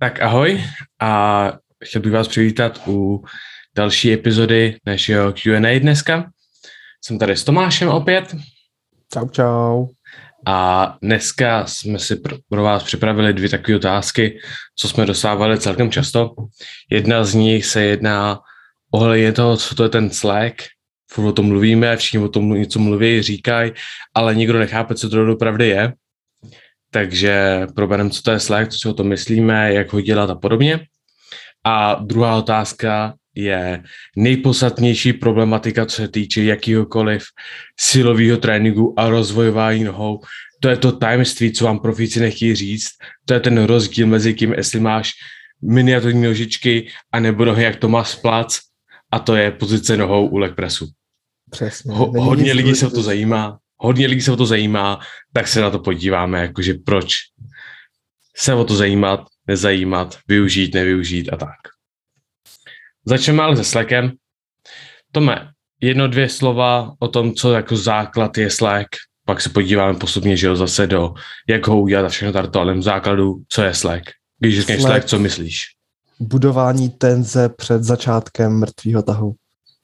Tak ahoj a chtěl bych vás přivítat u další epizody našeho Q&A dneska. Jsem tady s Tomášem opět. Čau, čau. A dneska jsme si pro vás připravili dvě takové otázky, co jsme dostávali celkem často. Jedna z nich se jedná ohledně toho, co to je ten Slack. Furt o tom mluvíme, všichni o tom něco mluví, říkají, ale nikdo nechápe, co to opravdu je. Takže probereme, co to je Slack, co si o tom myslíme, jak ho dělat a podobně. A druhá otázka je nejpodstatnější problematika, co se týče jakýhokoliv silového tréninku a rozvojování nohou. To je to tajemství, co vám profíci nechtějí říct. To je ten rozdíl mezi tím, jestli máš miniaturní nožičky a nebo nohy jak Tomáš Plac, a to je pozice nohou u leg pressu. Přesně. Hodně lidí se o to zajímá. Hodně lidí se o to zajímá, tak se na to podíváme, jakože proč se o to zajímat, nezajímat, využít, nevyužít a tak. Začneme ale se Slackem. Tome, 1-2 slova o tom, co jako základ je Slack, pak se podíváme postupně, že jo, zase do jak ho udělat a všechno tady to, ale v základu, co je Slack. Když řekneš Slack, co myslíš? Budování tenze před začátkem mrtvýho tahu.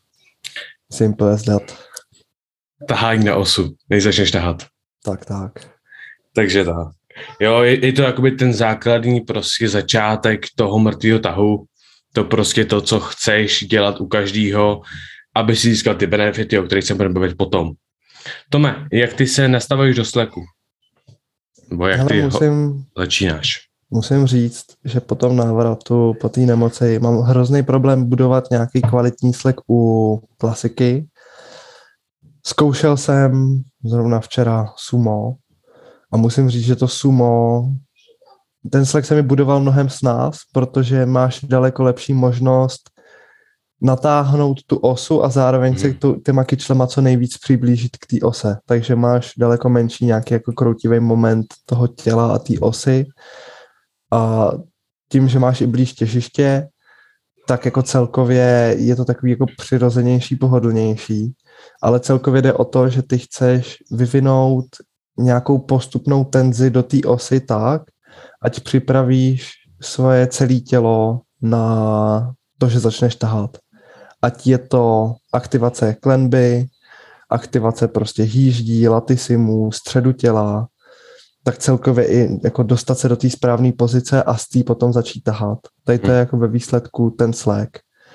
Simple as that. Tahání na osu, než začneš tahat. Tak. Takže tak. Jo, je to jakoby ten základní prostě začátek toho mrtvýho tahu. To prostě to, co chceš dělat u každého, aby si získal ty benefity, o kterých se budeme bavit potom. Tome, jak ty se nastavuješ do Slacku? Nebo jak ty začínáš? Musím říct, že po tom návratu, po té nemoci, mám hrozný problém budovat nějaký kvalitní Slack u klasiky. Zkoušel jsem zrovna včera sumo a musím říct, že to sumo, ten Slack se mi budoval mnohem s nás, protože máš daleko lepší možnost natáhnout tu osu a zároveň se těma kyčlema co nejvíc přiblížit k té ose. Takže máš daleko menší nějaký jako kroutivý moment toho těla a té osy. A tím, že máš i blíž těžiště, tak jako celkově je to takový jako přirozenější, pohodlnější. Ale celkově jde o to, že ty chceš vyvinout nějakou postupnou tenzi do té osy tak, ať připravíš svoje celé tělo na to, že začneš tahat. Ať je to aktivace klenby, aktivace prostě hýždí, latisimů, středu těla, tak celkově i jako dostat se do té správné pozice a z té potom začít tahat. Tady to je jako ve výsledku ten Slack.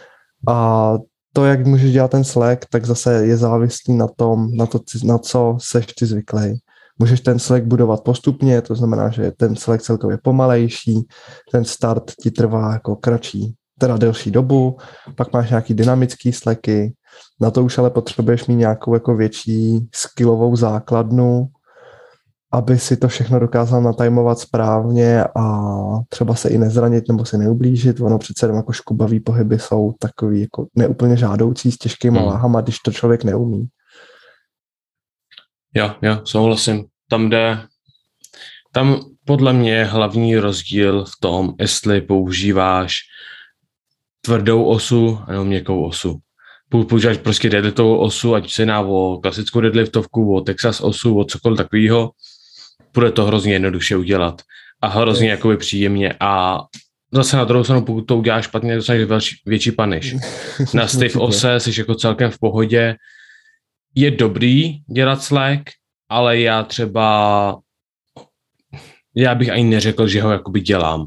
A to, jak můžeš dělat ten Slack, tak zase je závislý na tom, na co seš ty zvyklý. Můžeš ten Slack budovat postupně, to znamená, že ten Slack celkově pomalejší, ten start ti trvá jako kratší, teda delší dobu, pak máš nějaký dynamický Slacky, na to už ale potřebuješ mít nějakou jako větší skillovou základnu, aby si to všechno dokázal natajmovat správně a třeba se i nezranit nebo se neublížit. Ono přece jako škubavý pohyby jsou takový jako neúplně žádoucí s těžkýma váhama, když to člověk neumí. Jo, souhlasím. Tam podle mě je hlavní rozdíl v tom, jestli používáš tvrdou osu nebo měkkou osu. Používáš prostě deadliftovou osu, ať se jedná o klasickou deadliftovku, o Texas osu, o cokoliv takového, bude to hrozně jednoduše udělat a hrozně jakoby příjemně a zase na druhou stranu, pokud to uděláš špatně, dostaneš větší paniš. Na stiff ose jsi jako celkem v pohodě. Je dobrý dělat Slack, ale já bych ani neřekl, že ho jakoby dělám.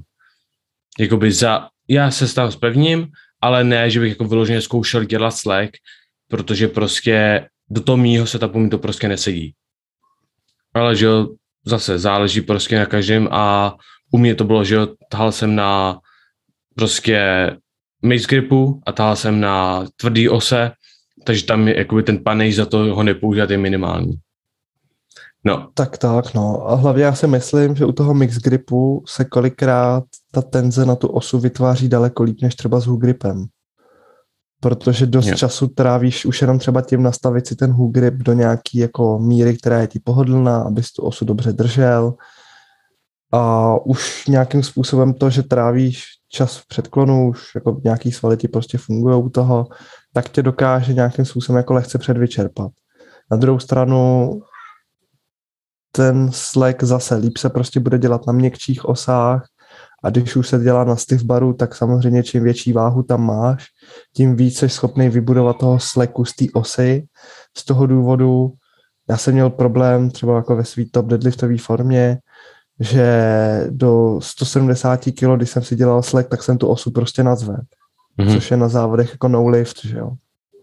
Já se tam spevním, ale ne, že bych jako vyloženě zkoušel dělat Slack, protože prostě do toho mýho setupu mi to prostě nesedí. Ale že jo, zase záleží prostě na každém a u mě to bylo, že jo, tahal jsem na prostě mace gripu a tahal jsem na tvrdý ose, takže tam je jakoby ten panič za to ho nepoužívat je minimální. No. Tak, no. A hlavně já si myslím, že u toho mix gripu se kolikrát ta tenze na tu osu vytváří daleko líp, než třeba s hook gripem. Protože dost času trávíš už jenom třeba tím nastavit si ten hook grip do nějaký jako míry, která je ti pohodlná, abys tu osu dobře držel. A už nějakým způsobem to, že trávíš čas v předklonu, už jako nějaký svaly ti prostě fungují u toho, tak tě dokáže nějakým způsobem jako lehce předvyčerpat. Na druhou stranu ten Slack zase líp se prostě bude dělat na měkčích osách A když už se dělá na stiff baru, tak samozřejmě čím větší váhu tam máš, tím víc jsi schopný vybudovat toho slacku z té osy. Z toho důvodu já jsem měl problém třeba jako ve svý top deadliftové formě, že do 170 kg, když jsem si dělal slack, tak jsem tu osu prostě nadzvedl. Což je na závodech jako no lift, že jo.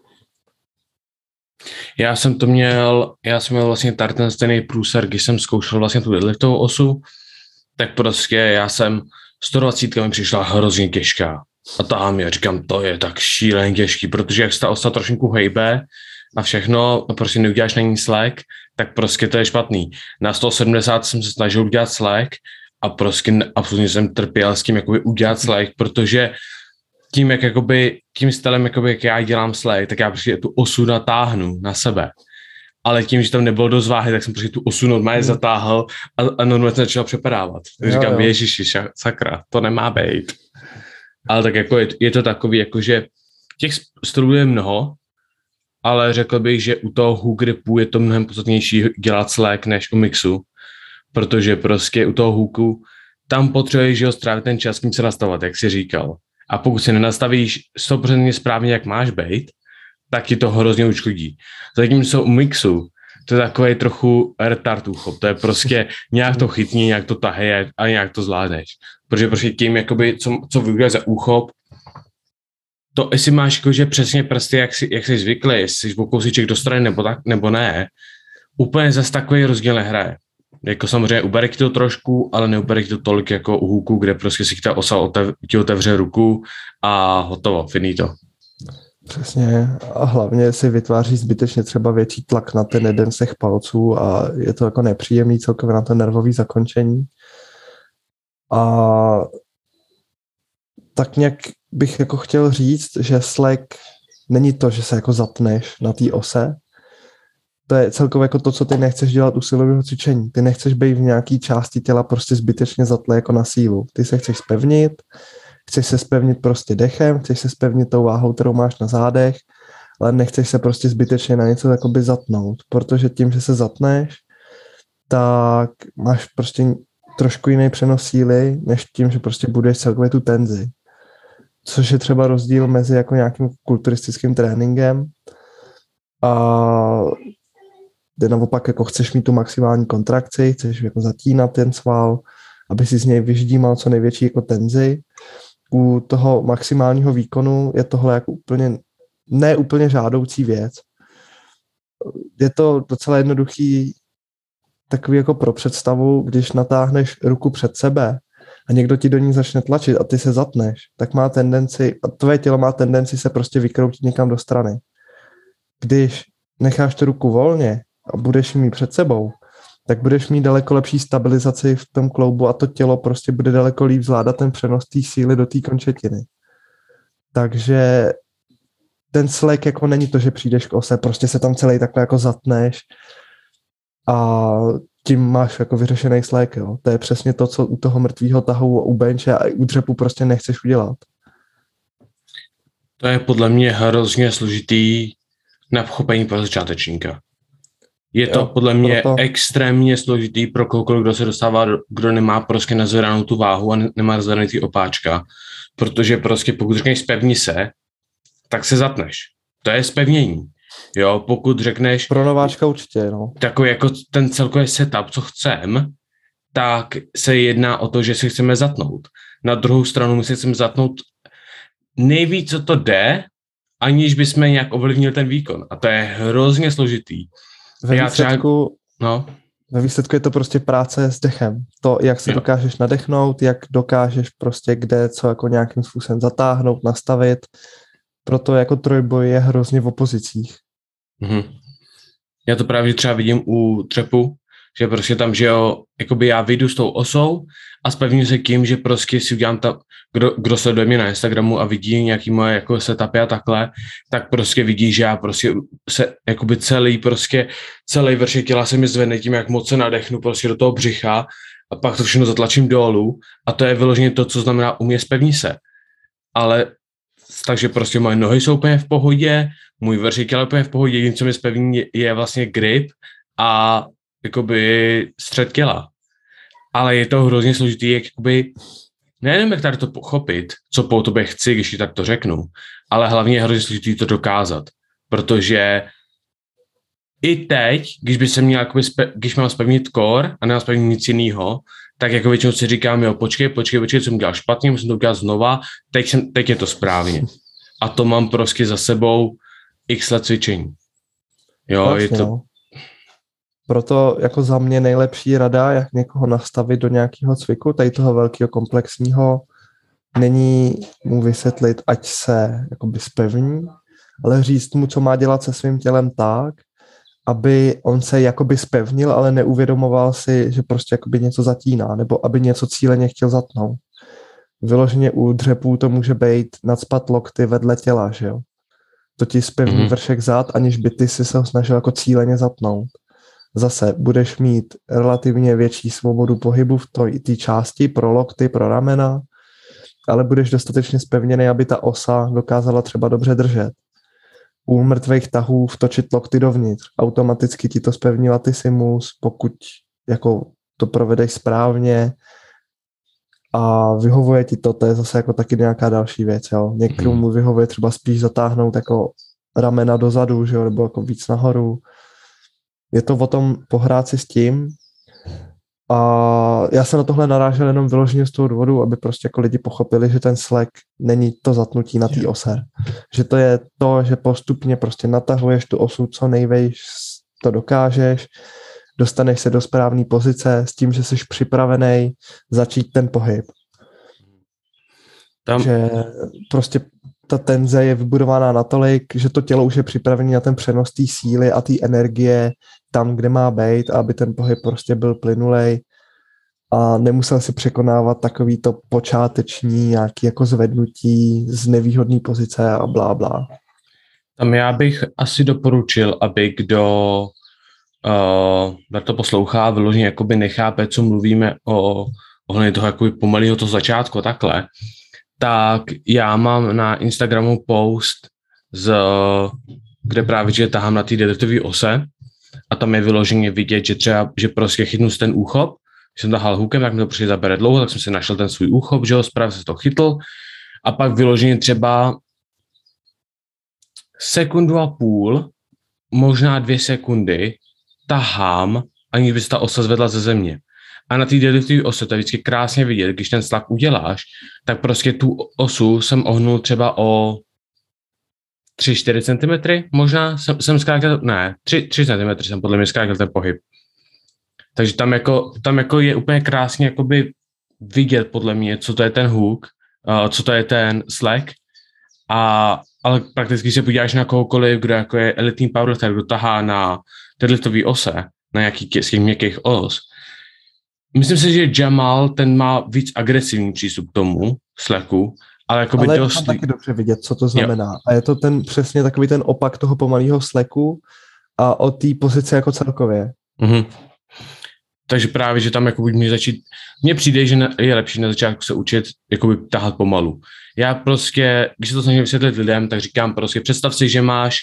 Já jsem měl vlastně tady ten stejný průser, když jsem zkoušel vlastně tu deadliftovou osu, tak prostě já jsem 120 mi přišla hrozně těžká. A tahám je, říkám, to je tak šíleně těžký, protože jak se ta osa trošku hejbe a všechno, prostě neuděláš na ní slack, tak prostě to je špatný. Na 170 jsem se snažil udělat slack a prostě absolutně jsem trpěl s tím jakoby udělat slack, protože tím, tím stylem, jak já dělám slack, tak já prostě tu osu natáhnu na sebe. Ale tím, že tam nebylo dost váhy, tak jsem prostě tu osu normálně zatáhl a normálně jsem začal přepadávat. Tak říkám, ježiši, sakra, to nemá být. Ale tak jako je to takový, jakože těch stylů je mnoho, ale řekl bych, že u toho hook gripu je to mnohem podstatnější dělat slack než u mixu, protože prostě u toho hooku tam potřebuješ, že ho strávit ten čas, kým se nastavovat, jak jsi říkal. A pokud si nenastavíš 100% správně, jak máš být, tak ti to hrozně uškodí. Zatímco u mixu, to je takový trochu retard úchop. To je prostě nějak to chytní, nějak to tahej a nějak to zvládneš. Protože prostě tím, jakoby, co využíváš za úchop, to jestli máš jakože přesně prsty, jak jsi zvyklý, jestli jsi o kousíček do strany nebo ne, úplně zase takový rozdíl nehraje. Jako samozřejmě ubere ti to trošku, ale neubere ti to tolik jako u hooku, kde prostě si ta osa ti otevře ruku a hotovo, finito. Přesně a hlavně si vytváří zbytečně třeba větší tlak na ten jeden z těch palců a je to jako nepříjemný celkově na to nervové zakončení. A tak nějak bych jako chtěl říct, že slack není to, že se jako zatneš na té ose. To je celkově jako to, co ty nechceš dělat u silového cvičení. Ty nechceš být v nějaké části těla prostě zbytečně zatle jako na sílu. Ty se chceš zpevnit, chceš se zpevnit prostě dechem, chceš se zpevnit tou váhou, kterou máš na zádech, ale nechceš se prostě zbytečně na něco jakoby zatnout, protože tím, že se zatneš, tak máš prostě trošku jiný přenos síly, než tím, že prostě budeš celkově tu tenzi. Což je třeba rozdíl mezi jako nějakým kulturistickým tréninkem a kde naopak jako chceš mít tu maximální kontrakci, chceš jako zatínat ten sval, aby si z něj vyždímal co největší jako tenzi. U toho maximálního výkonu je tohle jako ne úplně žádoucí věc. Je to docela jednoduchý takový jako pro představu, když natáhneš ruku před sebe a někdo ti do ní začne tlačit a ty se zatneš, tak má tendenci, a tvoje tělo má tendenci se prostě vykroutit někam do strany. Když necháš tu ruku volně a budeš mít před sebou, tak budeš mít daleko lepší stabilizaci v tom kloubu a to tělo prostě bude daleko líp zvládat ten přenos té síly do té končetiny. Takže ten slack jako není to, že přijdeš k ose, prostě se tam celý takhle jako zatneš a tím máš jako vyřešený slack, jo. To je přesně to, co u toho mrtvýho tahu, u benče a u dřepu prostě nechceš udělat. To je podle mě hrozně složitý na pochopení pro začátečníka. Je to podle mě extrémně složitý pro kohokoliv, kdo se dostává, kdo nemá prostě nazvedanou tu váhu a nemá nazvedaný ty opáčka, protože prostě pokud řekneš zpevni se, tak se zatneš. To je zpevnění. Jo, pokud řekneš... Pro nováčka určitě, no. Takový jako ten celkový setup, co chcem, tak se jedná o to, že si chceme zatnout. Na druhou stranu my si chceme zatnout nejvíc, co to jde, aniž bychom nějak ovlivnili ten výkon. A to je hrozně složitý. Ve výsledku je to prostě práce s dechem. To, jak se dokážeš nadechnout, jak dokážeš prostě kde co jako nějakým způsobem zatáhnout, nastavit. Proto jako trojboj je hrozně v opozicích. Mm-hmm. Já to právě třeba vidím u třepu, že prostě tam, že jo, jakoby já vyjdu s tou osou a spevním se tím, že prostě si udělám kdo sleduje mě na Instagramu a vidí nějaký moje jako setupy a takhle, tak prostě vidí, že já prostě se jakoby celý vršek těla se mi zvedne tím, jak moc se nadechnu prostě do toho břicha a pak to všechno zatlačím dolů a to je vyloženě to, co znamená u mě spevní se. Ale takže prostě moje nohy jsou úplně v pohodě, můj vršek těla úplně v pohodě, jediné, co mi spevní je vlastně grip a jakoby střed těla. Ale je to hrozně složitý, jakoby nejenom jak tady to pochopit, co po tobě chci, když ti tak to řeknu, ale hlavně je hrozně složitý to dokázat, protože i teď, když by se měl, jakoby když mám spevnit core a nemám spevnit nic jiného, tak jako většinou si říkám, jo, počkej, co jsem dělal špatně, musím to udělat znova, teď je to správně. A to mám prostě za sebou x let cvičení. Jo, Vlastně, je to... no. Proto jako za mě nejlepší rada, jak někoho nastavit do nějakého cviku, tady toho velkého komplexního, není mu vysvětlit, ať se jakoby spevní, ale říct mu, co má dělat se svým tělem tak, aby on se jakoby spevnil, ale neuvědomoval si, že prostě jakoby něco zatíná, nebo aby něco cíleně chtěl zatnout. Vyloženě u dřepů to může být nacpat lokty vedle těla, že jo? To ti spevní vršek zad, aniž by ty si se ho snažil jako cíleně zatnout. Zase budeš mít relativně větší svobodu pohybu v té části pro lokty, pro ramena, ale budeš dostatečně spevněný, aby ta osa dokázala třeba dobře držet. U mrtvých tahů vtočit lokty dovnitř. Automaticky ti to spevní latissimus, pokud jako to provedeš správně a vyhovuje ti to je zase jako taky nějaká další věc. Jo. Někomu vyhovuje třeba spíš zatáhnout jako ramena dozadu, že jo, nebo jako víc nahoru. Je to o tom pohrát si s tím a já jsem na tohle narážel jenom vyloženě z toho důvodu, aby prostě jako lidi pochopili, že ten slack není to zatnutí na té ose. Že to je to, že postupně prostě natahuješ tu osu, co nejvejš to dokážeš, dostaneš se do správné pozice s tím, že jsi připravený začít ten pohyb. Že prostě ta tenze je vybudovaná natolik, že to tělo už je připravené na ten přenos té síly a té energie tam, kde má být, aby ten pohyb prostě byl plynulej a nemusel si překonávat takový to počáteční nějaký jako zvednutí z nevýhodné pozice a blá, blá. Tam já bych asi doporučil, aby kdo to poslouchá, vyloženě jakoby nechápe, co mluvíme ohledně toho jakoby pomalého toho začátku a takhle, tak já mám na Instagramu post, kde právě že tahám na té deadliftové ose a tam je vyloženě vidět, že třeba, že prostě chytnu si ten úchop, když jsem tahal hookem, tak mi to prostě zabere dlouho, tak jsem si našel ten svůj úchop, že jo, správně se to chytl a pak vyloženě třeba 1,5 sekundy, možná 2 sekundy tahám, aniž by se ta osa zvedla ze země. A na té deadliftové ose to je vždycky krásně vidět, když ten slack uděláš, tak prostě tu osu jsem ohnul třeba o 3-4 cm, možná jsem zkrátil, ne, 3 cm jsem podle mě zkrátil ten pohyb. Takže tam jako je úplně krásně jakoby vidět podle mě, co to je ten hook, co to je ten slack, ale prakticky se podíváš na kohokoliv, kdo jako je elitní powerlifter, kdo tahá na deadliftové ose, na nějaký z těch měkkých os. Myslím si, že Jamal, ten má víc agresivní přístup k tomu slacku, ale dost... Ale taky dobře vidět, co to znamená. Jo. A je to přesně takový ten opak toho pomalého slacku a o té pozici jako celkově. Mhm. Takže právě, že tam jakoby může začít... Mně přijde, že je lepší na začátku se učit jakoby tahat pomalu. Já prostě, když se to snažím vysvětlit lidem, tak říkám prostě, představ si, že máš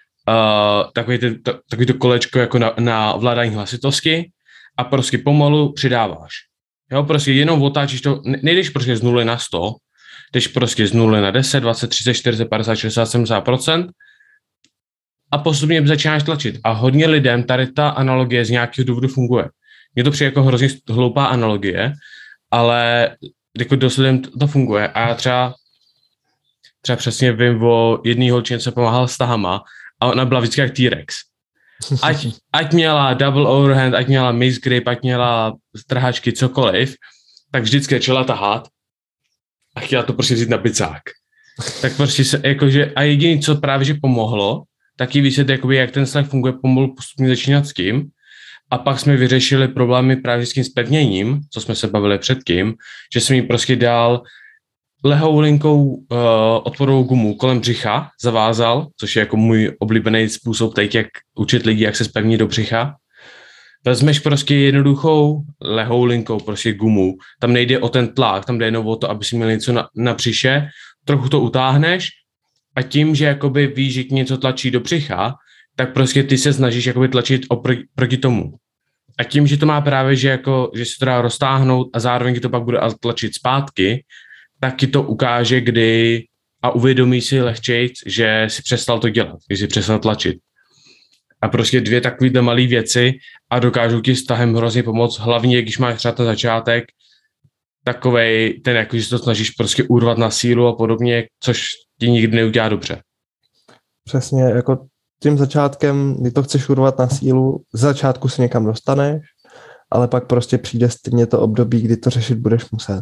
takový to kolečko jako na ovládání hlasitosti a prostě pomalu přidáváš. Jo, prostě jenom otáčíš to, nejdeš prostě z 0 na 100, jdeš prostě z 0 na 10, 20, 30, 40, 50, 60, 70% a postupně začínáš tlačit. A hodně lidem tady ta analogie z nějakého důvodu funguje. Mně to přijde jako hrozně hloupá analogie, ale jako dost lidem to funguje. A já třeba přesně vím o jedný holčině, co pomáhal s tahama a ona byla vždycky jak T-Rex. Ať měla double overhand, ať měla mixed grip, ať měla trhačky, cokoliv, tak vždycky začala tahat a chtěla to prostě vzít na bicák. Tak prostě jakože, a jediné, co právě že pomohlo, tak jí vysvětlit, jakoby, jak ten slack funguje, pomalu postupně začínat s tím. A pak jsme vyřešili problémy právě s tím zpevněním, co jsme se bavili předtím, že jsem jí prostě dal lehou linkou odporovou gumu kolem břicha, zavázal, což je jako můj oblíbený způsob teď, jak učit lidi, jak se zpevnit do břicha. Vezmeš prostě jednoduchou lehou linkou prostě gumu, tam nejde o ten tlak, tam jde jenom o to, aby si měl něco na břiše, trochu to utáhneš a tím, že jakoby víš, že něco tlačí do břicha, tak prostě ty se snažíš jakoby tlačit proti tomu. A tím, že to má právě, že, jako, že se to dá roztáhnout a zároveň ti to pak bude tlačit zpátky, tak ti to ukáže, kdy a uvědomí si lehčejc, že si přestal to dělat, že si přestal tlačit. A prostě 2 takovýhle malé věci a dokážou ti s tahem hrozně pomoct, hlavně když máš třeba ten začátek, takovej ten, jako, že se to snažíš prostě urvat na sílu a podobně, což ti nikdy neudělá dobře. Přesně, jako tím začátkem, kdy to chceš urvat na sílu, z začátku se někam dostaneš, ale pak prostě přijde stejně to období, kdy to řešit budeš muset.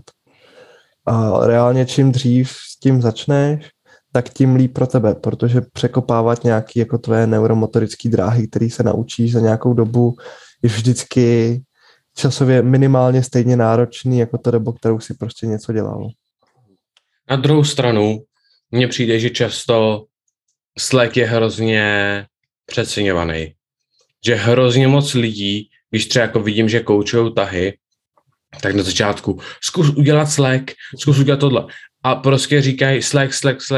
A reálně čím dřív s tím začneš, tak tím líp pro tebe, protože překopávat nějaké jako tvoje neuromotorické dráhy, které se naučíš za nějakou dobu, je vždycky časově minimálně stejně náročný, jako ta doba, kterou si prostě něco dělal. Na druhou stranu, mně přijde, že často Slack je hrozně přeceňovaný. Že hrozně moc lidí, když třeba jako vidím, že koučujou tahy, tak na začátku zkus udělat Slack, zkus udělat tohle. A prostě říkají Slack.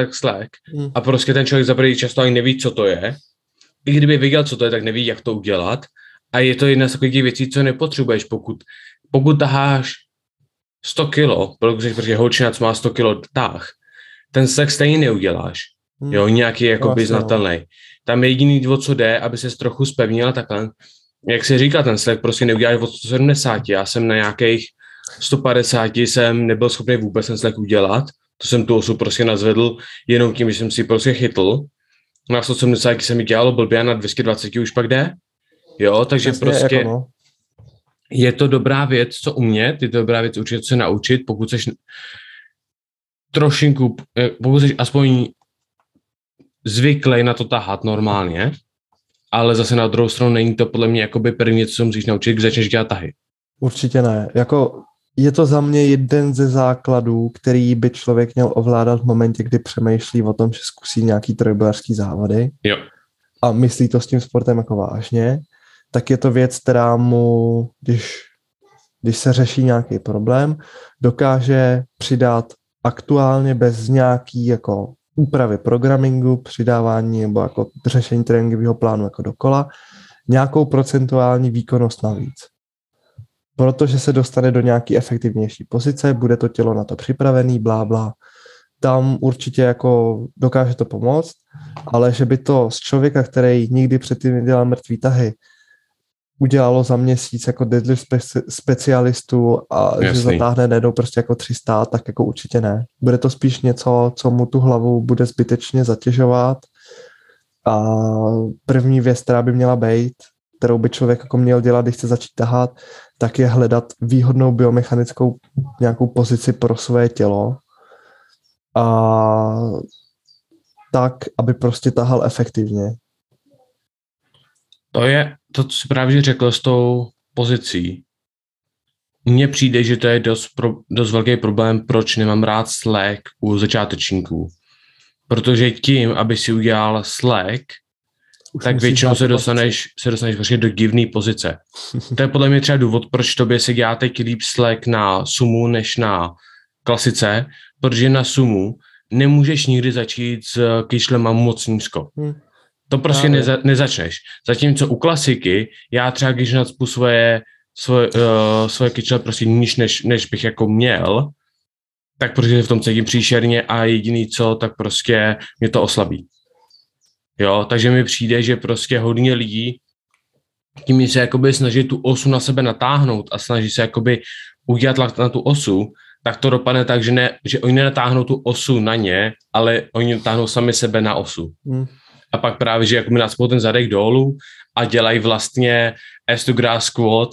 A prostě ten člověk za první často ani neví, co to je. I kdyby věděl, co to je, tak neví, jak to udělat. A je to jedna z takových věcí, co nepotřebuješ, pokud taháš 100 kilo, protože holčina, co má 100 kilo táh, ten Slack stejně neuděláš. Jo, nějaký jakoby znatelný. Tam je jediný, o co jde, aby ses trochu zpevnil a takhle. Jak se říká, ten Slack prostě neuděláš od 170. Já jsem na nějakých 150 jsem nebyl schopný vůbec ten Slack udělat. To jsem tu osu prostě nazvedl jenom tím, že jsem si prostě chytl. Na 170 jsem ji dělal blbě a na 220 už pak jde. Jo, takže Přesně, prostě jako no. Je to dobrá věc, co umět, je to dobrá věc určitě se naučit, pokud seš trošinku, pokud seš aspoň zvyklý na to tahat normálně, ale zase na druhou stranu není to podle mě jakoby první, co musíš naučit, když začneš dělat tahy. Určitě ne. Jako je to za mě jeden ze základů, který by člověk měl ovládat v momentě, kdy přemýšlí o tom, že zkusí nějaký trojbojařský závody. Jo. A myslí to s tím sportem jako vážně, tak je to věc, která mu, když se řeší nějaký problém, dokáže přidat aktuálně bez nějaký jako úpravy programingu, přidávání nebo jako řešení tréninkového plánu jako dokola, nějakou procentuální výkonnost navíc. Protože se dostane do nějaký efektivnější pozice, bude to tělo na to připravený, blá. Tam určitě jako dokáže to pomoct, ale že by to z člověka, který nikdy předtím nedělal mrtvý tahy, udělalo za měsíc jako deadlift specialistu a jasný, že zatáhne najednou prostě jako 300, tak jako určitě ne. Bude to spíš něco, co mu tu hlavu bude zbytečně zatěžovat a první věc, která by měla být, kterou by člověk jako měl dělat, když chce začít tahat, tak je hledat výhodnou biomechanickou nějakou pozici pro své tělo a tak, aby prostě tahal efektivně. To je to, co jsi právě řekl s tou pozicí. Mně přijde, že to je dost velký problém, proč nemám rád Slack u začátečníků. Protože tím, aby si udělal Slack, tak většinou se dostaneš vlastně do divné pozice. To je podle mě třeba důvod, proč tobě se dělá teď líp Slack na sumu než na klasice, protože na sumu nemůžeš nikdy začít s kyšlem a moc nízko. To prostě nezačneš. Zatímco u klasiky, já třeba když nacpu svoje kyčle prostě níž, než bych jako měl, tak protože v tom cítím příšerně a jediný co, tak prostě mě to oslabí. Jo, takže mi přijde, že prostě hodně lidí tím se jakoby snaží tu osu na sebe natáhnout a snaží se jakoby udělat tlak na tu osu, tak to dopadne tak, že oni nenatáhnou tu osu na ně, ale oni natáhnou sami sebe na osu. A pak právě, že jako mi nacpou ten zadek dolů a dělají vlastně S2 squat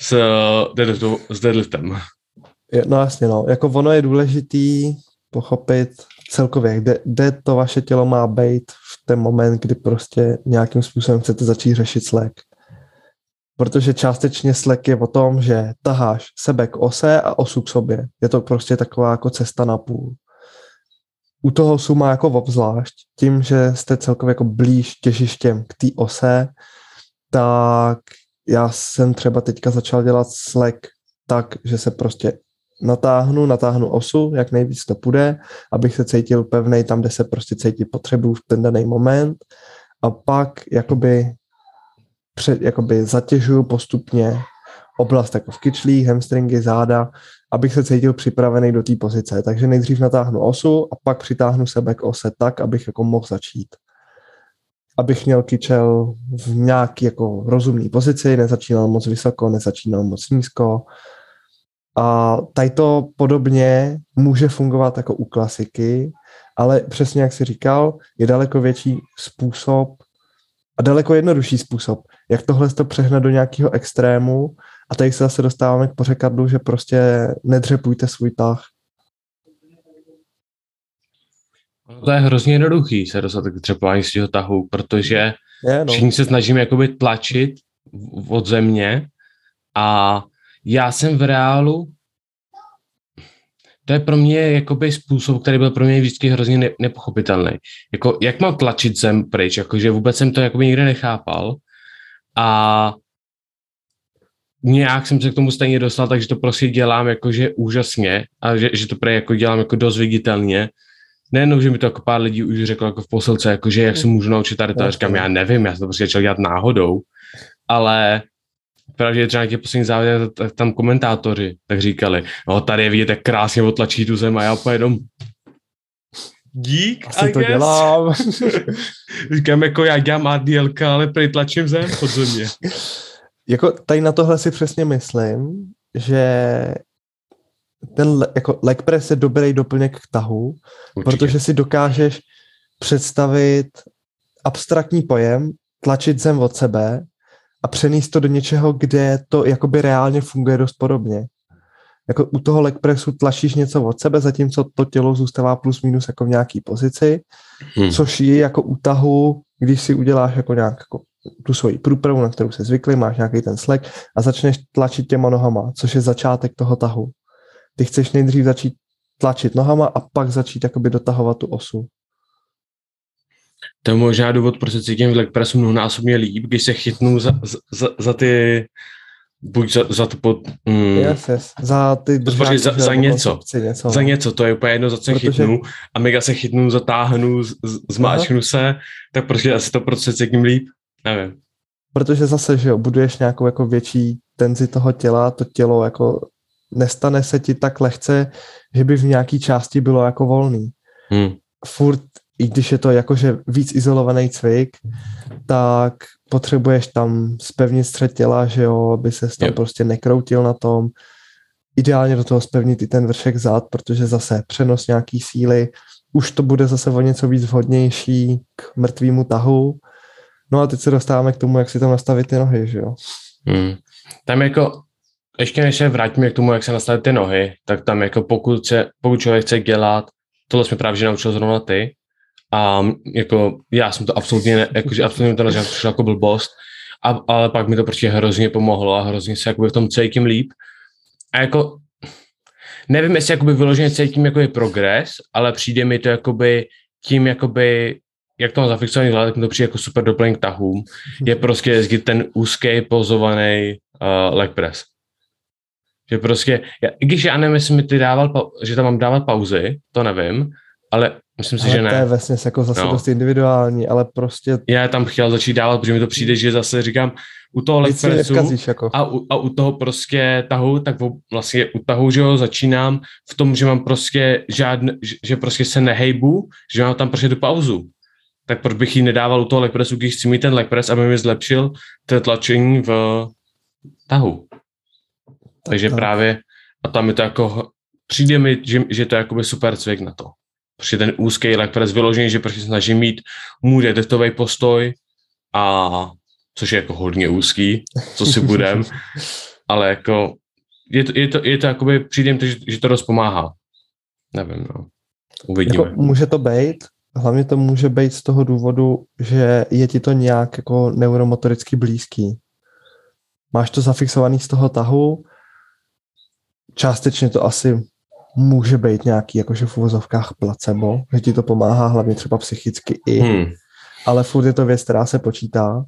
s deadliftem. No jasně, no. Jako ono je důležitý pochopit celkově, kde to vaše tělo má být v ten moment, kdy prostě nějakým způsobem chcete začít řešit Slack. Protože částečně Slack je o tom, že taháš sebe k ose a osu k sobě. Je to prostě taková jako cesta na půl. U toho suma jako obzvlášť, tím, že jste celkově jako blíž těžištěm k té ose, tak já jsem třeba teďka začal dělat Slack tak, že se prostě natáhnu osu, jak nejvíc to půjde, abych se cítil pevnej tam, kde se prostě cítit potřebuju v ten daný moment a pak jakoby zatěžuju postupně oblast jako v kyčlích, hamstringy, záda, abych se cítil připravený do té pozice. Takže nejdřív natáhnu osu a pak přitáhnu sebe k ose tak, abych jako mohl začít. Abych měl kyčel v nějaký jako rozumný pozici, nezačínal moc vysoko, nezačínal moc nízko. A tady to podobně může fungovat jako u klasiky, ale přesně jak jsi říkal, je daleko větší způsob a daleko jednodušší způsob, jak tohle to přehnat do nějakého extrému. A tady se zase dostáváme k pořekadlu, že prostě nedřepujte svůj tah. To je hrozně jednoduchý se dostat k dřepování z toho tahu, protože všichni se snažíme jakoby tlačit od země a já jsem v reálu, to je pro mě jakoby způsob, který byl pro mě vždycky hrozně nepochopitelný. Jako, jak mám tlačit zem pryč, jakože vůbec jsem to jakoby nikdy nechápal a nějak jsem se k tomu stejně dostal, takže to prostě dělám jakože úžasně a že to prý jako dělám jako dost viditelně. Nejenom, že mi to jako pár lidí už řeklo jako v posilce, jakože jak se můžu naučit tady to, říkám, já nevím, já jsem to prostě začal dělat náhodou, ale právě třeba na těch posledních závodech tam komentátoři tak říkali, no tady je vidět, jak krásně otlačí tu zem a já úplně jenom dík, asi to dělám. Říkám, jako já dělám RDLK, ale prý tlačím zem pod země. Jako tady na tohle si přesně myslím, že ten jako leg press je dobrý doplněk k tahu, určitě. Protože si dokážeš představit abstraktní pojem, tlačit zem od sebe a přenést to do něčeho, kde to jakoby reálně funguje dost podobně. Jako u toho leg pressu tlačíš něco od sebe, zatímco to tělo zůstává plus minus jako v nějaký pozici, což je jako u tahu, když si uděláš jako nějak jako tu svoji průpravu, na kterou jsi zvyklý, máš nějaký ten slack a začneš tlačit těma nohama, což je začátek toho tahu. Ty chceš nejdřív začít tlačit nohama a pak začít jakoby dotahovat tu osu. To je možná důvod, proč se cítím v leg pressu mnohonásobně líp, když se chytnu za ty buď za to pod... Yes. Za ty držáky. Za něco. Za něco, to je úplně jedno, za co chytnu a mega se chytnu, zatáhnu, zmáčknu se, tak prostě asi to prostě cítím líp. Nevím. Protože zase, že jo, buduješ nějakou jako větší tenzi toho těla, to tělo jako nestane se ti tak lehce, že by v nějaký části bylo jako volný. Furt, i když je to jakože víc izolovaný cvik, tak potřebuješ tam zpevnit střed těla, že jo, aby ses tam prostě nekroutil na tom. Ideálně do toho zpevnit i ten vršek zad, protože zase přenos nějaký síly, už to bude zase o něco víc vhodnější k mrtvému tahu. No a teď se dostáváme k tomu, jak si tam nastavit ty nohy, že jo. Tam jako, ještě než se vrátíme k tomu, jak se nastavit ty nohy, tak tam jako pokud člověk chce dělat, tohle jsme právě že naučil zrovna ty, a jako já jsem to absolutně, jakože absolutně to neřekl, přišlo jako blbost, ale pak mi to prostě hrozně pomohlo a hrozně se jakoby v tom cítím líp. A jako, nevím, jestli jakoby vyloženě cítím jakoby progres, ale přijde mi to jakoby tím jakoby, jak to mám zafixovaný vzhled, tak mi to přijde jako super doplněk k tahům, je prostě ten úzký pozovaný leg press. Že prostě, i když já nevím, jestli mi ty dával, že tam mám dávat pauzy, to nevím, ale myslím si, že ne. To je vlastně jako zase dost individuální, ale prostě... Já tam chtěl začít dávat, protože mi to přijde, že zase říkám, u toho leg pressu jako. a u toho prostě tahu, tak vlastně u tahu, že jo, začínám v tom, že mám prostě že prostě se nehejbu, že mám tam prostě tu pauzu. Tak proč bych ji nedával u toho leg pressu, když chci mít ten leg press, aby mi zlepšil to tlačení v tahu. Takže právě, a tam je to jako, přijde mi, že to je jakoby super cvik na to. Protože ten úzký leg press vyložený, že prostě snažím mít můj deadliftový postoj, a což je jako hodně úzký, co si budem, ale jako je to jakoby, přijde mi to, že to dost pomáhá. Nevím, no. Uvidíme. Jako může to být, hlavně to může být z toho důvodu, že je ti to nějak jako neuromotoricky blízký. Máš to zafixovaný z toho tahu, částečně to asi může být nějaký jakože v uvozovkách placebo, že ti to pomáhá hlavně třeba psychicky ale furt je to věc, která se počítá,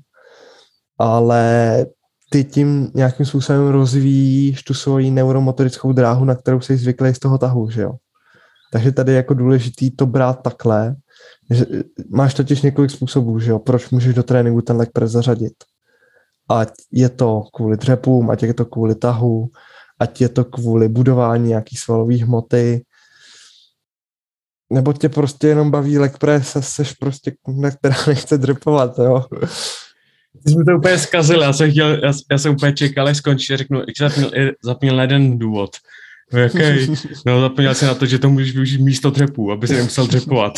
ale ty tím nějakým způsobem rozvíjíš tu svoji neuromotorickou dráhu, na kterou jsi zvyklý z toho tahu, že jo. Takže tady je jako důležitý to brát takhle, že máš totiž několik způsobů, že jo, proč můžeš do tréninku ten leg press zařadit. ať je to kvůli dřepům, ať je to kvůli tahu, ať je to kvůli budování nějaký svalové hmoty, nebo tě prostě jenom baví leg press a seš prostě, která nechce dřepovat, jo. Ty jsi mi to úplně zkazil, já jsem úplně čekal, až skončí a řeknu, jak jsi zapomněl na jeden důvod. Jaký? No zapomněl jsi na to, že to můžeš využít místo dřepů, aby se nemusel dřepovat.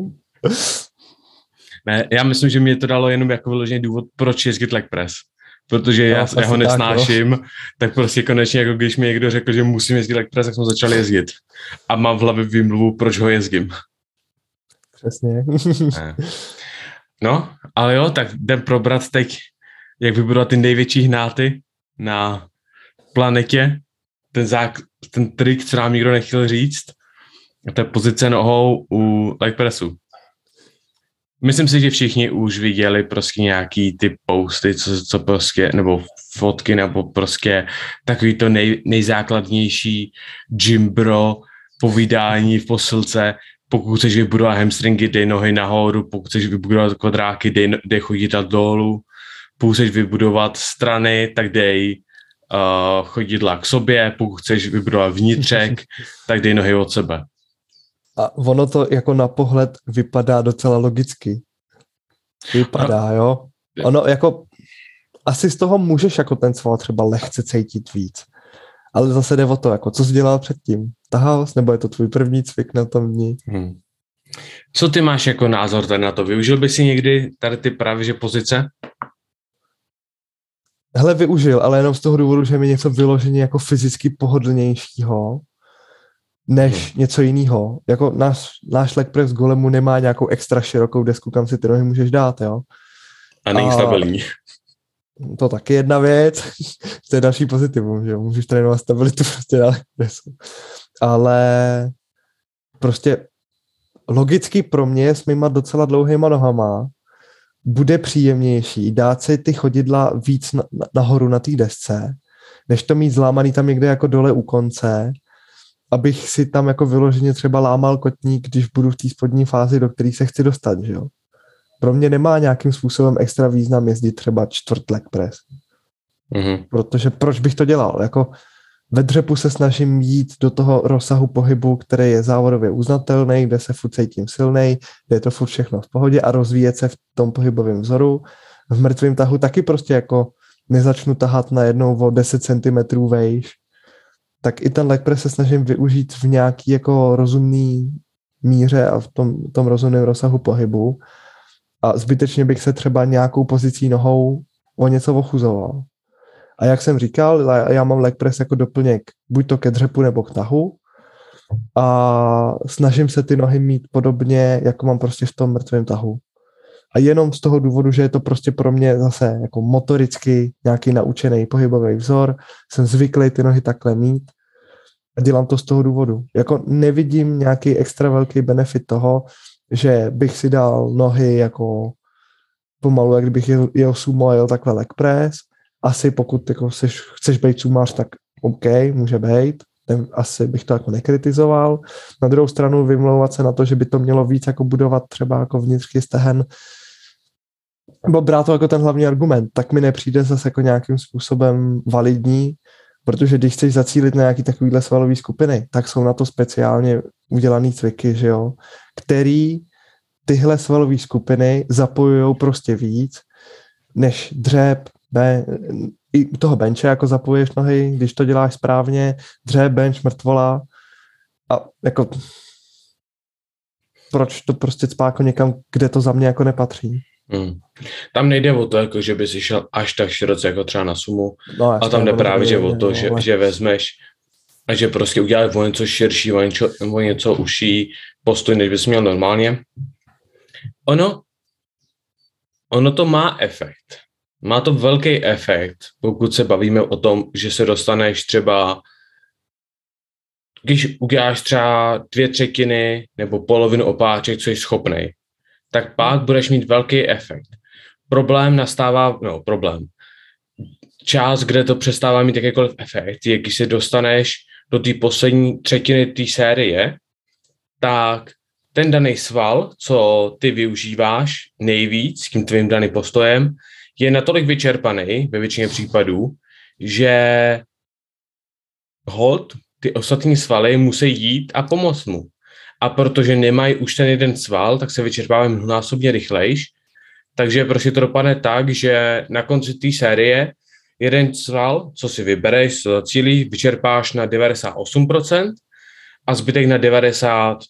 Ne, já myslím, že mě to dalo jenom jako vyložený důvod, proč jezdit leg press. Protože já ho nesnáším, tak prostě konečně, jako když mi někdo řekl, že musím jezdit leg press, tak jsem začal jezdit. A mám v hlavě výmluvu, proč ho jezdím. Přesně. No, ale jo, tak jdem probrat teď, jak vybudovat ty největší hnáty na planetě. Ten trik, co nám nikdo nechtěl říct, a to je pozice nohou u leg pressu. Myslím si, že všichni už viděli prostě nějaký ty posty, co prostě, nebo fotky, nebo prostě takový to nejzákladnější gym bro povídání v posilce. Pokud chceš vybudovat hamstringy, dej nohy nahoru, pokud chceš vybudovat kvadráky, dej chodidla dolů, pokud chceš vybudovat strany, tak dej chodidla k sobě, pokud chceš vybudovat vnitřek, tak dej nohy od sebe. A ono to jako na pohled vypadá docela logicky. Vypadá, jo? Ono jako, asi z toho můžeš jako ten sval třeba lehce cítit víc. Ale zase jde o to, jako, co jsi dělal předtím? Tahal jsi, nebo je to tvůj první cvik na tom dní? Co ty máš jako názor tady na to? Využil bys si někdy tady ty právě že pozice? Hele, využil, ale jenom z toho důvodu, že mi něco vyloženě jako fyzicky pohodlnějšího, než něco jiného. Jako náš leg press golemu nemá nějakou extra širokou desku, kam si ty nohy můžeš dát, jo? A není stabilní. To taky jedna věc. To je další pozitivum, že jo? Můžeš trénovat stabilitu prostě na leg pressu. Ale prostě logicky pro mě s mýma docela dlouhýma nohama bude příjemnější dát si ty chodidla víc nahoru na té desce, než to mít zlámaný tam někde jako dole u konce, abych si tam jako vyloženě třeba lámal kotník, když budu v té spodní fázi, do které se chci dostat, že jo. Pro mě nemá nějakým způsobem extra význam jezdit třeba čtvrt leg press. Protože proč bych to dělal? Jako ve dřepu se snažím jít do toho rozsahu pohybu, který je závodově uznatelný, kde se furt cítím silnej, kde je to furt všechno v pohodě a rozvíjet se v tom pohybovém vzoru. V mrtvém tahu taky prostě jako nezačnu tahat najednou o 10 cm vejš, tak i ten leg press se snažím využít v nějaký jako rozumný míře a v tom rozumném rozsahu pohybu a zbytečně bych se třeba nějakou pozicí nohou o něco ochuzoval. A jak jsem říkal, já mám leg press jako doplněk buď to ke dřepu nebo k tahu a snažím se ty nohy mít podobně, jako mám prostě v tom mrtvém tahu. A jenom z toho důvodu, že je to prostě pro mě zase jako motoricky nějaký naučený pohybový vzor, jsem zvyklý ty nohy takhle mít a dělám to z toho důvodu. Jako nevidím nějaký extra velký benefit toho, že bych si dal nohy jako pomalu, jak kdybych jel sumo a jel takhle leg press. Asi pokud jako chceš být sumář, tak OK, může být. Asi bych to jako nekritizoval. Na druhou stranu vymlouvat se na to, že by to mělo víc jako budovat třeba jako vnitřky stehen, nebo brát to jako ten hlavní argument, tak mi nepřijde zase jako nějakým způsobem validní, protože když chceš zacílit na nějaký takovýhle svalové skupiny, tak jsou na to speciálně udělaný cviky, že jo, který tyhle svalové skupiny zapojujou prostě víc, než dřep, i u toho benče jako zapojuješ nohy, když to děláš správně, dřep, bench, mrtvola a jako proč to prostě cpáko někam, kde to za mě jako nepatří. Tam nejde o to, jako, že bys šel až tak široce, jako třeba na sumu, no, a tam jde právě že o to, že vezmeš a že prostě uděláš o něco širší, o něco užší postoj, než bys měl normálně. Ono to má efekt. Má to velký efekt, pokud se bavíme o tom, že se dostaneš třeba, když uděláš třeba 2/3 nebo polovinu opáček, co jsi schopnej, tak pak budeš mít velký efekt. Část, kde to přestává mít jakýkoliv efekt, je, když se dostaneš do té poslední třetiny té série, tak ten daný sval, co ty využíváš nejvíc s tím tvým daným postojem, je natolik vyčerpaný ve většině případů, že hold, ty ostatní svaly musí jít a pomoct mu. A protože nemají už ten jeden sval, tak se vyčerpávají mnohonásobně rychlejš. Takže prostě to dopadne tak, že na konci té série jeden sval, co si vybereš, co zacílíš, vyčerpáš na 98% a zbytek na 95%.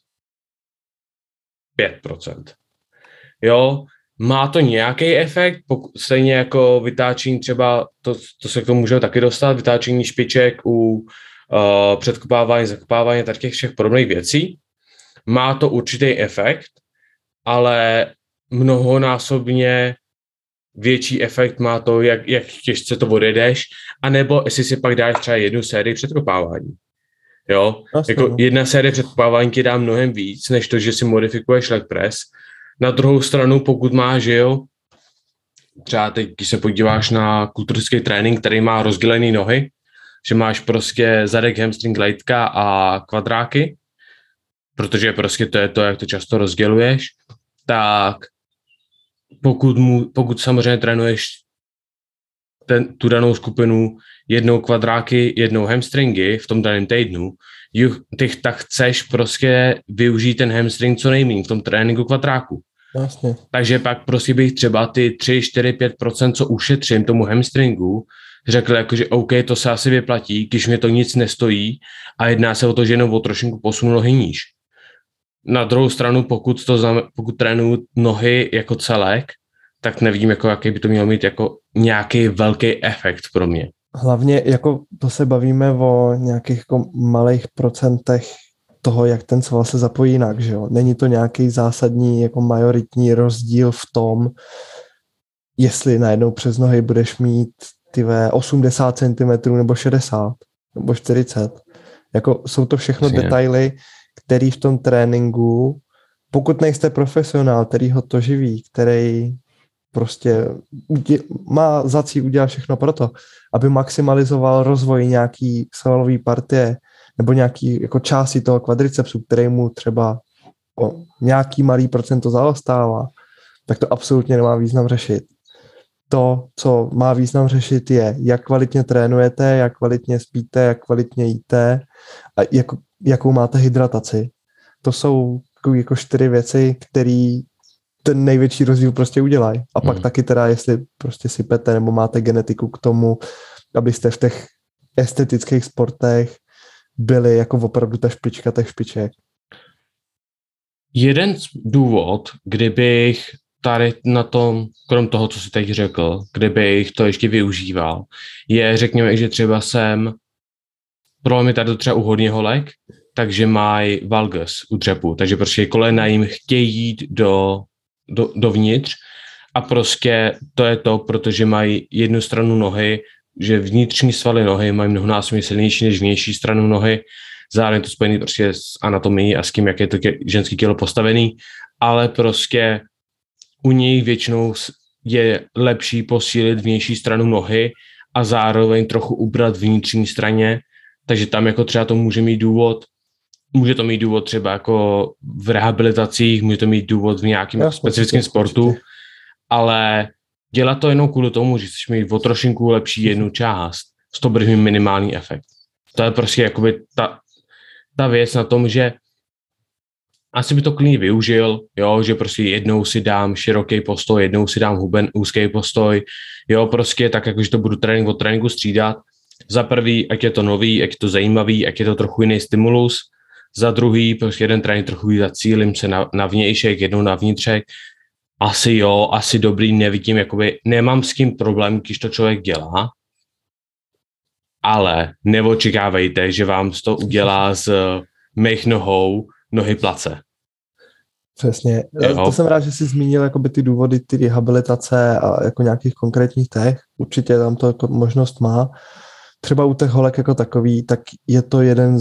Jo, má to nějaký efekt, stejně jako vytáčení třeba, to se k tomu můžeme taky dostat, vytáčení špiček u předkopávání, zakopávání, tak těch všech podobných věcí. Má to určitý efekt, ale mnohonásobně větší efekt má to, jak těžce to odjedeš, anebo jestli si pak dáš třeba jednu sérii předkopávání. Jo, Vlastně, jako jedna série předkopávání ti dá mnohem víc, než to, že si modifikuješ leg press. Na druhou stranu, pokud máš, jo, třeba teď, když se podíváš na kulturistický trénink, který má rozdělený nohy, že máš prostě zadek, hamstring, lejtka a kvadráky, protože prostě to je to, jak to často rozděluješ, tak pokud samozřejmě trénuješ tu danou skupinu jednou kvadráky, jednou hamstringy v tom daném týdnu, tak chceš prostě využít ten hamstring co nejméně v tom tréninku kvadráku. Jasně. Takže pak prostě bych třeba ty 3, 4, 5%, co ušetřím tomu hamstringu, řekl jako, že OK, to se asi vyplatí, když mě to nic nestojí a jedná se o to, že jenom o trošinku posunu nohy níž. Na druhou stranu, pokud trénuju nohy jako celek, tak nevidím, jako, jaký by to mělo mít jako nějaký velký efekt pro mě. Hlavně jako to se bavíme o nějakých jako malých procentech toho, jak ten sval se zapojí jinak, že jo. Není to nějaký zásadní jako majoritní rozdíl v tom, jestli najednou přes nohy budeš mít 80 cm nebo 60 nebo 40. Jako jsou to všechno detaily, který v tom tréninku, pokud nejste profesionál, který ho to živí, který prostě má za cíl udělat všechno pro to, aby maximalizoval rozvoj nějaký svalový partie nebo nějaký jako části toho kvadricepsu, který mu třeba o nějaký malý procento zaostává, tak to absolutně nemá význam řešit. To, co má význam řešit, je, jak kvalitně trénujete, jak kvalitně spíte, jak kvalitně jíte a jakou máte hydrataci. To jsou jako 4 věci, které ten největší rozdíl prostě udělají. A pak taky teda, jestli prostě sypete nebo máte genetiku k tomu, abyste v těch estetických sportech byli jako opravdu ta špička těch špiček. Jeden důvod, kdybych tady na tom, krom toho, co jsi teď řekl, kdybych to ještě využíval, je, řekněme, že třeba problém je tady třeba u hodně holek, takže mají valgus u dřepu, takže prostě kolena jim chtějí jít dovnitř a prostě to je to, protože mají jednu stranu nohy, že vnitřní svaly nohy mají mnohonásobně silnější než vnější stranu nohy, zároveň to spojený prostě s anatomií a s tím, jak je to ženský tělo postavený, ale prostě u nich většinou je lepší posílit vnější stranu nohy a zároveň trochu ubrat vnitřní straně, takže tam jako třeba to může to mít důvod třeba jako v rehabilitacích, může to mít důvod v nějakém specifickém sportu, ale dělat to jenom kvůli tomu, že chceš mít o trošinku lepší jednu část, z toho bude mít minimální efekt. To je prostě jakoby ta věc na tom, že asi by to klidně využil, jo, že prostě jednou si dám široký postoj, jednou si dám úzký postoj, jo, prostě tak jakože to budu trénink od tréninku střídat. Za prvý, ať je to nový, ať je to zajímavý, ať je to trochu jiný stimulus. Za druhý, prostě jeden trénink trochu zacílím se na vnějšek, jednou na vnitřek. Asi dobrý, nevidím, jakoby nemám s tím problém, když to člověk dělá, ale neočekávejte, že vám to udělá z mých nohy place. Přesně. To jsem rád, že jsi zmínil jakoby ty důvody, ty rehabilitace a jako nějakých konkrétních těch. Určitě tam to jako možnost má. Třeba u těch holek jako takový, tak je to jedna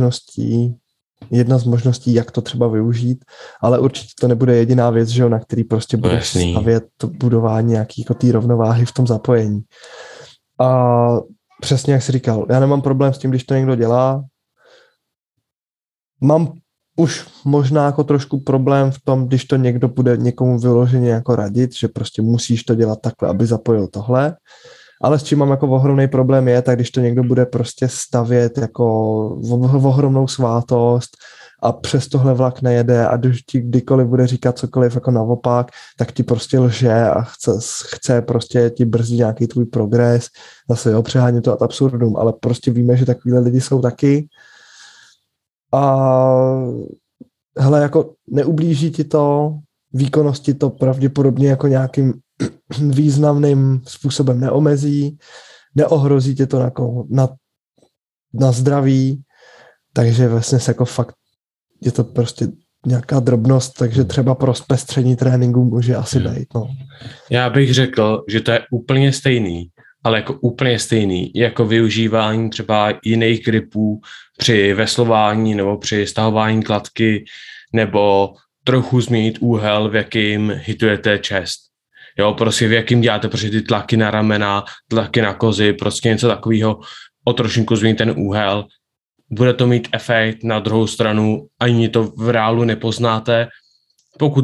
z možností, jak to třeba využít, ale určitě to nebude jediná věc, že jo, na který prostě budeš stavět to budování nějaký jako té rovnováhy v tom zapojení. A přesně jak jsi říkal, já nemám problém s tím, když to někdo dělá. Mám už možná jako trošku problém v tom, když to někdo bude někomu vyloženě jako radit, že prostě musíš to dělat takhle, aby zapojil tohle. Ale s čím mám jako ohromný problém je, tak když to někdo bude prostě stavět jako ohromnou svátost a přes tohle vlak nejede a když ti kdykoliv bude říkat cokoliv jako naopak, tak ti prostě lže a chce prostě ti brzdit nějaký tvůj progres. Zase jo, přehání to ad absurdum, ale prostě víme, že takovýhle lidi jsou taky. A hele, jako neublíží ti to, výkonnosti to pravděpodobně jako nějakým významným způsobem neomezí, neohrozí tě to na zdraví, takže vlastně se jako fakt je to prostě nějaká drobnost, takže třeba pro zpestření tréninku může asi být. No. Já bych řekl, že to je úplně stejný, ale jako úplně stejný, jako využívání třeba jiných gripů při veslování nebo při stahování kladky, nebo trochu změnit úhel, v jakým hitujete chest. Jo, prostě v jakým děláte prostě ty tlaky na ramena, tlaky na kozy, prostě něco takového, o trošinku změnit ten úhel. Bude to mít efekt, na druhou stranu ani to v reálu nepoznáte. Pokud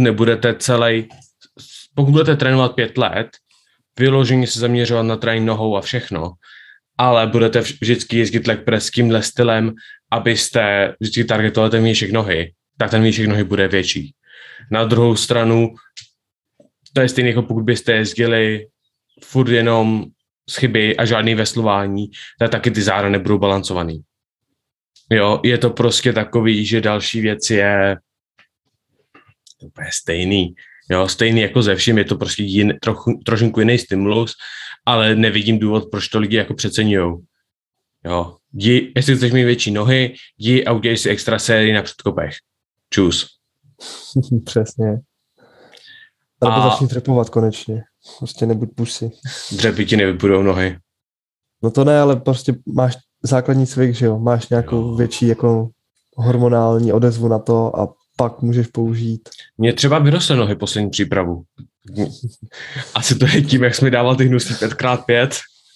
budete trénovat 5 let, vyloženě se zaměřovat na trénink nohou a všechno, ale budete vždycky jezdit leg press s tímhle stylem, abyste vždycky targetovali ten výšek nohy, tak ten výšek nohy bude větší. Na druhou stranu, to je stejné, jako pokud byste jezdili furt jenom z chyby a žádný veslování, tak taky ty záda nebudou balancovaný. Jo, je to prostě takový, že další věc je úplně stejný. Jo, stejný jako ze vším, je to prostě trošku jiný stimulus, ale nevidím důvod, proč to lidi jako přeceňujou. Jo, jestli chceš mít větší nohy, jdi a udělej si extra sérii na předkopech. Čus. Přesně. Nebo začni trepovat konečně. Prostě nebuď pusy. Dřepy ti nevybudou nohy. No to ne, ale prostě máš základní cvik, že jo? Máš nějakou větší jako hormonální odezvu na to a pak můžeš použít. Mně třeba vyrostly nohy poslední přípravu. Asi to je tím, jak jsi mi dával ty hnusný 5x5.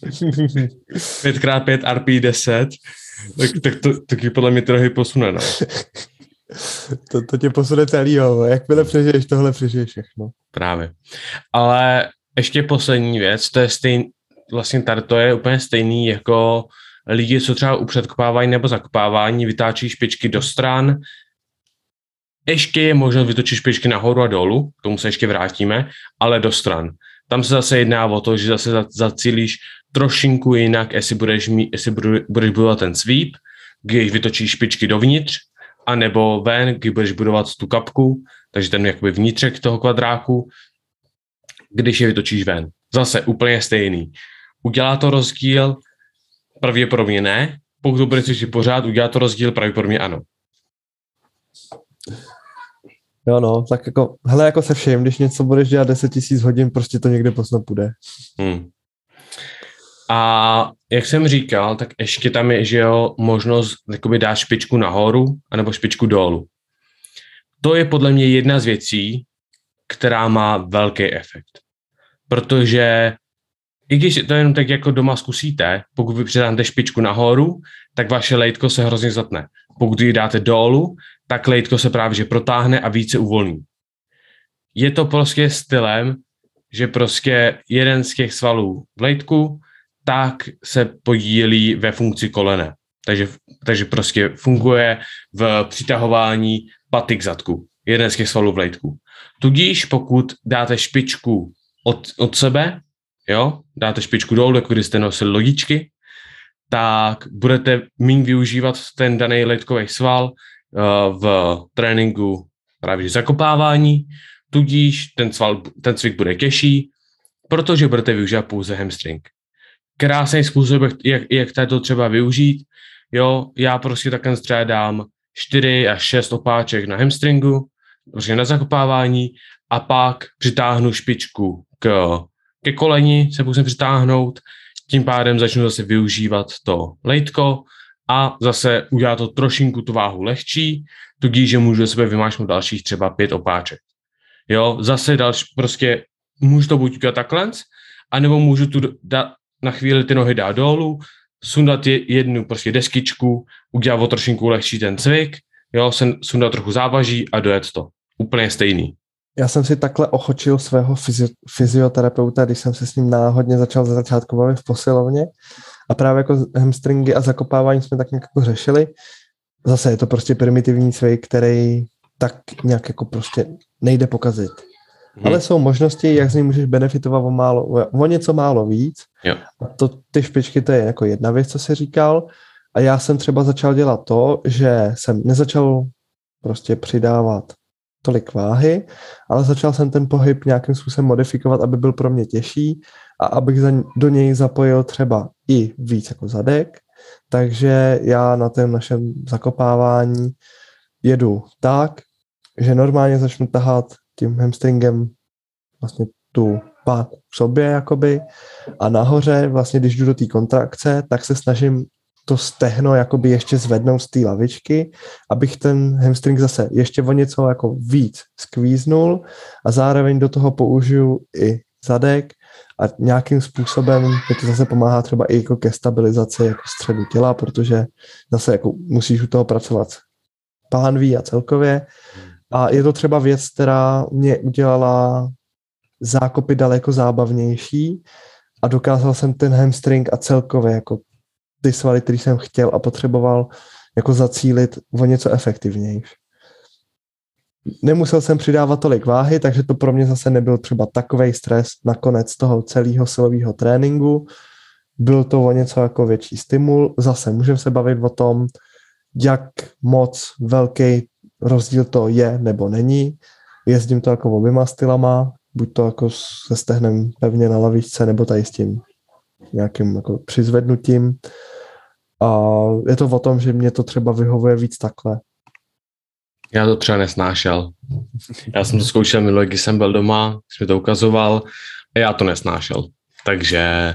5x5 RP10. Tak podle mě ty nohy posune, no. To tě posune celýho. Jakmile přežiješ tohle, přežiješ všechno. Právě. Ale ještě poslední věc, to je vlastně tady to je úplně stejný jako lidi, co třeba u předkopávání nebo zakopávání vytáčí špičky do stran. Ještě je možnost vytočit špičky nahoru a dolů, k tomu se ještě vrátíme, ale do stran. Tam se zase jedná o to, že zase zacílíš trošinku jinak, jestli budeš budovat ten sweep, když vytočíš špičky dovnitř, anebo ven, když budeš budovat tu kapku, takže ten jakoby vnitřek toho kvadráku, když je vytočíš ven. Zase úplně stejný. Udělá to rozdíl? Pravděpodobně ne. Pokud to budeš cvičit pořád, udělá to rozdíl? Pravděpodobně ano. Jo no, tak jako, hele, jako se všem, když něco budeš dělat 10 000 hodin, prostě to někde posno půjde. A jak jsem říkal, tak ještě tam je, že jo, možnost jakoby dát špičku nahoru anebo špičku dolů. To je podle mě jedna z věcí, která má velký efekt. Protože i když to jenom tak jako doma zkusíte, pokud vy přidáte špičku nahoru, tak vaše lejtko se hrozně zatne. Pokud ji dáte dolů, tak lejtko se právě že protáhne a více uvolní. Je to prostě stylem, že prostě jeden z těch svalů v lejtku tak se podílí ve funkci kolene. Takže prostě funguje v přitahování paty k zadku. Jeden z těch svalů v lejtku. Tudíž pokud dáte špičku od sebe, jo, dáte špičku dolů, jako když jste nosili lodičky, tak budete méně využívat ten daný lejtkový sval v tréninku právě zakopávání, tudíž ten cvik bude těžší, protože budete využívat pouze hamstring. Krásný způsob, jak to třeba využít, jo, já prostě takhle třeba dám 4 až 6 opáček na hamstringu, prostě na zakopávání a pak přitáhnu špičku ke koleni, se musím přitáhnout, tím pádem začnu zase využívat to lejtko a zase udělá to trošinku tu váhu lehčí, tudíž, že můžu do sebe vymáčknout dalších třeba 5 opáček. Jo, zase prostě můžu to buď udělat takhle, anebo můžu tu na chvíli ty nohy dát dolů, sundat jednu prostě deskičku, udělat o trošinku lehčí ten cvik, jo, jsem sundal trochu závaží a dojet to. Úplně stejný. Já jsem si takhle ochočil svého fyzioterapeuta, když jsem se s ním náhodně začal za začátku bavit v posilovně a právě jako hamstringy a zakopávání jsme tak nějak jako řešili. Zase je to prostě primitivní cvik, který tak nějak jako prostě nejde pokazit. Ale jsou možnosti, jak z něj můžeš benefitovat o něco málo víc. Jo. A ty špičky, to je jako jedna věc, co jsi říkal. A já jsem třeba začal dělat to, že jsem nezačal prostě přidávat tolik váhy, ale začal jsem ten pohyb nějakým způsobem modifikovat, aby byl pro mě těžší a abych do něj zapojil třeba i víc jako zadek. Takže já na tom našem zakopávání jedu tak, že normálně začnu tahat tím hamstringem vlastně tu páku k sobě jakoby a nahoře vlastně, když jdu do té kontrakce, tak se snažím to stehno jakoby ještě zvednout z té lavičky, abych ten hamstring zase ještě o něco jako víc skvíznul a zároveň do toho použiju i zadek a nějakým způsobem mi to zase pomáhá třeba i jako ke stabilizaci jako středu těla, protože zase jako musíš u toho pracovat pánví a celkově. A je to třeba věc, která mě udělala zákopy daleko zábavnější a dokázal jsem ten hamstring a celkově jako ty svaly, který jsem chtěl a potřeboval jako zacílit o něco efektivnější. Nemusel jsem přidávat tolik váhy, takže to pro mě zase nebyl třeba takovej stres na konec toho celého silového tréninku. Byl to o něco jako větší stimul. Zase můžeme se bavit o tom, jak moc velký rozdíl to je nebo není. Jezdím to jako oběma stylama, buď to jako se stehnem pevně na lavičce, nebo tady s tím nějakým jako přizvednutím. A je to o tom, že mě to třeba vyhovuje víc takhle. Já to třeba nesnášel. Já jsem to zkoušel minule, když jsem byl doma, když mi to ukazoval a já to nesnášel. Takže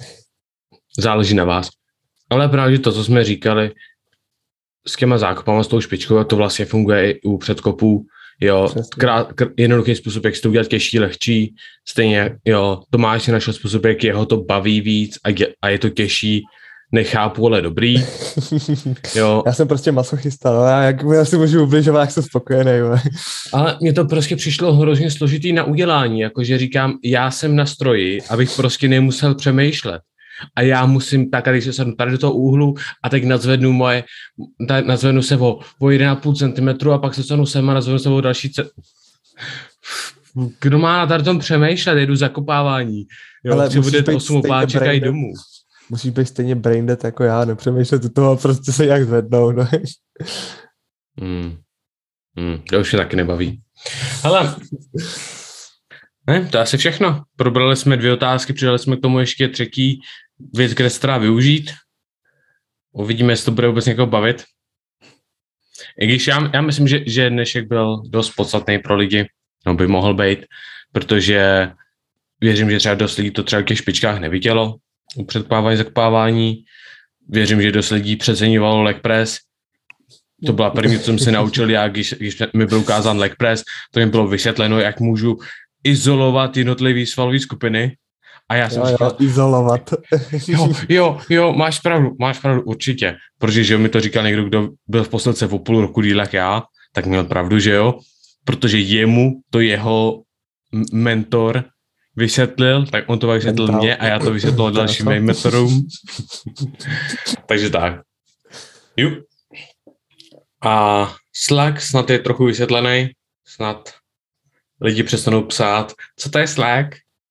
záleží na vás. Ale právě to, co jsme říkali, s těma zákopama, s tou špičkou, to vlastně funguje i u předkopů. Jo, jednoduchý způsob, jak si to udělat těžší, lehčí. Stejně, jo, Tomáš si našel způsob, jak jeho to baví víc a je to těžší. Nechápu, ale dobrý. Jo. Já jsem prostě masochista, no, já si můžu ubližovat, jak jsem spokojený. Ale mně to prostě přišlo hrozně složitý na udělání, jakože říkám, já jsem na stroji, abych prostě nemusel přemýšlet. A já musím tak, když se sednu tady do toho úhlu a teď nadzvednu se o 1,5 cm a pak se sednu sem a nadzvednu se o další Kdo má na tady tom přemýšlet, jedu zakopávání. Jo, ale si bude 8 opáček a jít domů. Musíš být stejně braindead jako já, nepřemýšlet u toho, prostě se jak zvednou. No. To už mě taky nebaví. Hele, to je asi všechno. Probrali jsme 2 otázky, přidali jsme k tomu ještě 3. věc, kde se teda využít. Uvidíme, jestli to bude vůbec někoho bavit. I když já myslím, že dnešek byl dost podstatný pro lidi, no by mohl být, protože věřím, že třeba dost lidí to třeba v těch špičkách nevidělo, u předkopávání, zakopávání. Věřím, že dost lidí přeceňovalo leg press. To byla první, co jsem se naučil já, když mi byl ukázán leg press, to mi bylo vysvětleno, jak můžu izolovat jednotlivé svalové skupiny. A já jsem říkal, izolovat. Jo, máš pravdu, určitě. Protože mi to říkal někdo, kdo byl v posledce o půl roku díl jak já, tak měl pravdu, že jo. Protože jemu to jeho mentor vysvětlil, tak on to vysvětlil mě a já to vysvětlil dalším mým mentorům. Takže tak. Jo. A Slack snad je trochu vysvětlený, snad lidi přestanou psát, co to je Slack?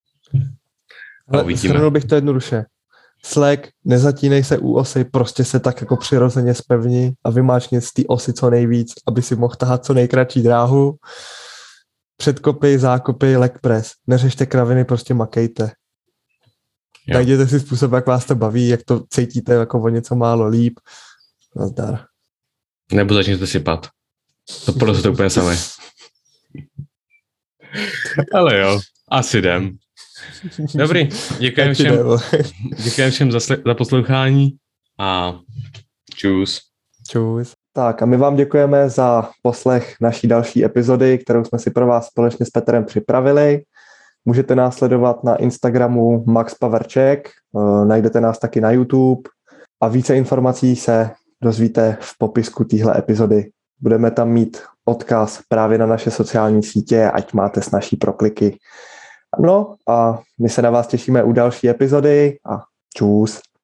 Shrnul bych to jednoduše. Slack, nezatínej se u osy, prostě se tak jako přirozeně zpevni a vymáčkni z té osy co nejvíc, aby si mohl tahat co nejkratší dráhu. Předkopy, zákopy, leg press. Neřešte kraviny, prostě makejte. Najděte si způsob, jak vás to baví, jak to cítíte jako o něco málo líp. Nazdar. Nebo začněte sypat. To podle to úplně samé. Ale jo, asi jdem. Dobrý, děkujem všem za poslouchání a čus. Čus. Tak a my vám děkujeme za poslech naší další epizody, kterou jsme si pro vás společně s Petrem připravili. Můžete nás sledovat na Instagramu Max Power Check, najdete nás taky na YouTube a více informací se dozvíte v popisku téhle epizody. Budeme tam mít odkaz právě na naše sociální sítě, ať máte snazší prokliky. No a my se na vás těšíme u další epizody a čus.